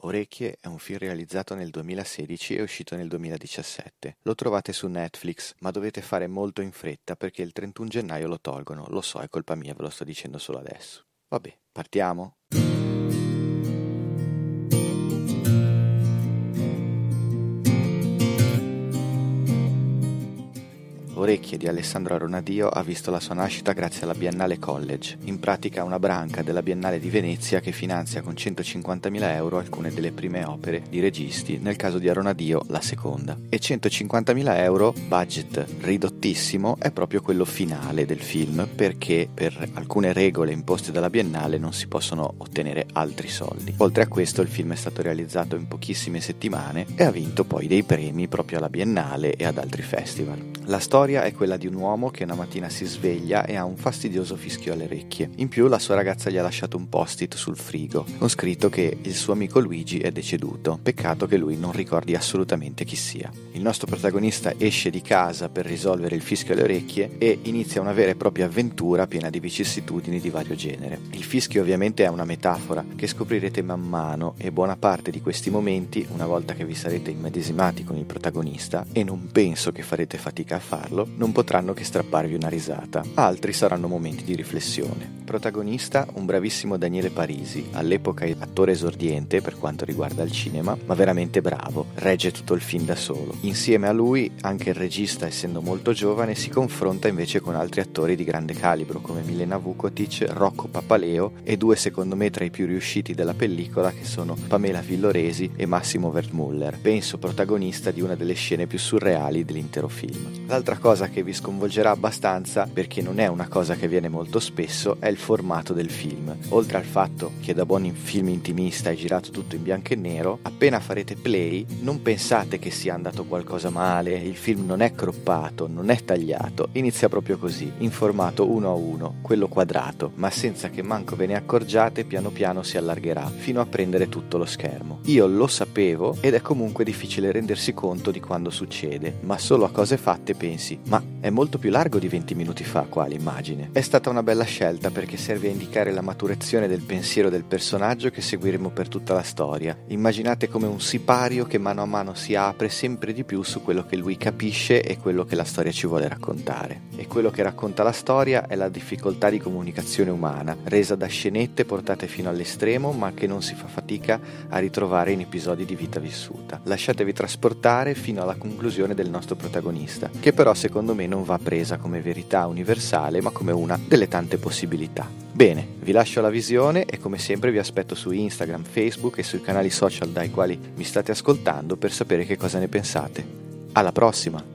Orecchie è un film realizzato nel 2016 e uscito nel 2017. Lo trovate su Netflix, ma dovete fare molto in fretta perché il 31 gennaio lo tolgono. Lo so, è colpa mia, ve lo sto dicendo solo adesso. Vabbè, partiamo? Orecchie di Alessandro Aronadio ha visto la sua nascita grazie alla Biennale College, in pratica una branca della Biennale di Venezia che finanzia con 150.000 euro alcune delle prime opere di registi, nel caso di Aronadio la seconda. E 150.000 euro, budget ridottissimo, è proprio quello finale del film, perché per alcune regole imposte dalla Biennale non si possono ottenere altri soldi. Oltre a questo il film è stato realizzato in pochissime settimane e ha vinto poi dei premi proprio alla Biennale e ad altri festival. La storia è quella di un uomo che una mattina si sveglia e ha un fastidioso fischio alle orecchie. In più la sua ragazza gli ha lasciato un post-it sul frigo con scritto che il suo amico Luigi è deceduto. Peccato che lui non ricordi assolutamente chi sia. Il nostro protagonista esce di casa per risolvere il fischio alle orecchie e inizia una vera e propria avventura piena di vicissitudini di vario genere. Il fischio ovviamente è una metafora che scoprirete man mano e buona parte di questi momenti, una volta che vi sarete immedesimati con il protagonista, e non penso che farete fatica a farlo, non potranno che strapparvi una risata. Altri saranno momenti di riflessione. Protagonista un bravissimo Daniele Parisi, all'epoca attore esordiente per quanto riguarda il cinema, ma veramente bravo, regge tutto il film da solo. Insieme a lui anche il regista, essendo molto giovane, si confronta invece con altri attori di grande calibro come Milena Vukotic, Rocco Papaleo e due secondo me tra i più riusciti della pellicola che sono Pamela Villoresi e Massimo Wertmuller, penso protagonista di una delle scene più surreali dell'intero film. L'altra cosa che vi sconvolgerà abbastanza, perché non è una cosa che viene molto spesso, è il formato del film. Oltre al fatto che da buon film intimista è girato tutto in bianco e nero, appena farete play non pensate che sia andato qualcosa male, il film non è croppato, non è tagliato, inizia proprio così, in formato 1:1, quello quadrato, ma senza che manco ve ne accorgiate piano piano si allargherà, fino a prendere tutto lo schermo. Io lo sapevo ed è comunque difficile rendersi conto di quando succede, ma solo a cose fatte pensi, ma è molto più largo di 20 minuti fa qua l'immagine. È stata una bella scelta perché serve a indicare la maturazione del pensiero del personaggio che seguiremo per tutta la storia. Immaginate come un sipario che mano a mano si apre sempre di più su quello che lui capisce e quello che la storia ci vuole raccontare. E quello che racconta la storia è la difficoltà di comunicazione umana, resa da scenette portate fino all'estremo ma che non si fa fatica a ritrovare in episodi di vita vissuta. Lasciatevi trasportare fino alla conclusione del nostro protagonista, che però secondo me non va presa come verità universale ma come una delle tante possibilità. Bene, vi lascio alla visione e come sempre vi aspetto su Instagram, Facebook e sui canali social dai quali mi state ascoltando per sapere che cosa ne pensate. Alla prossima!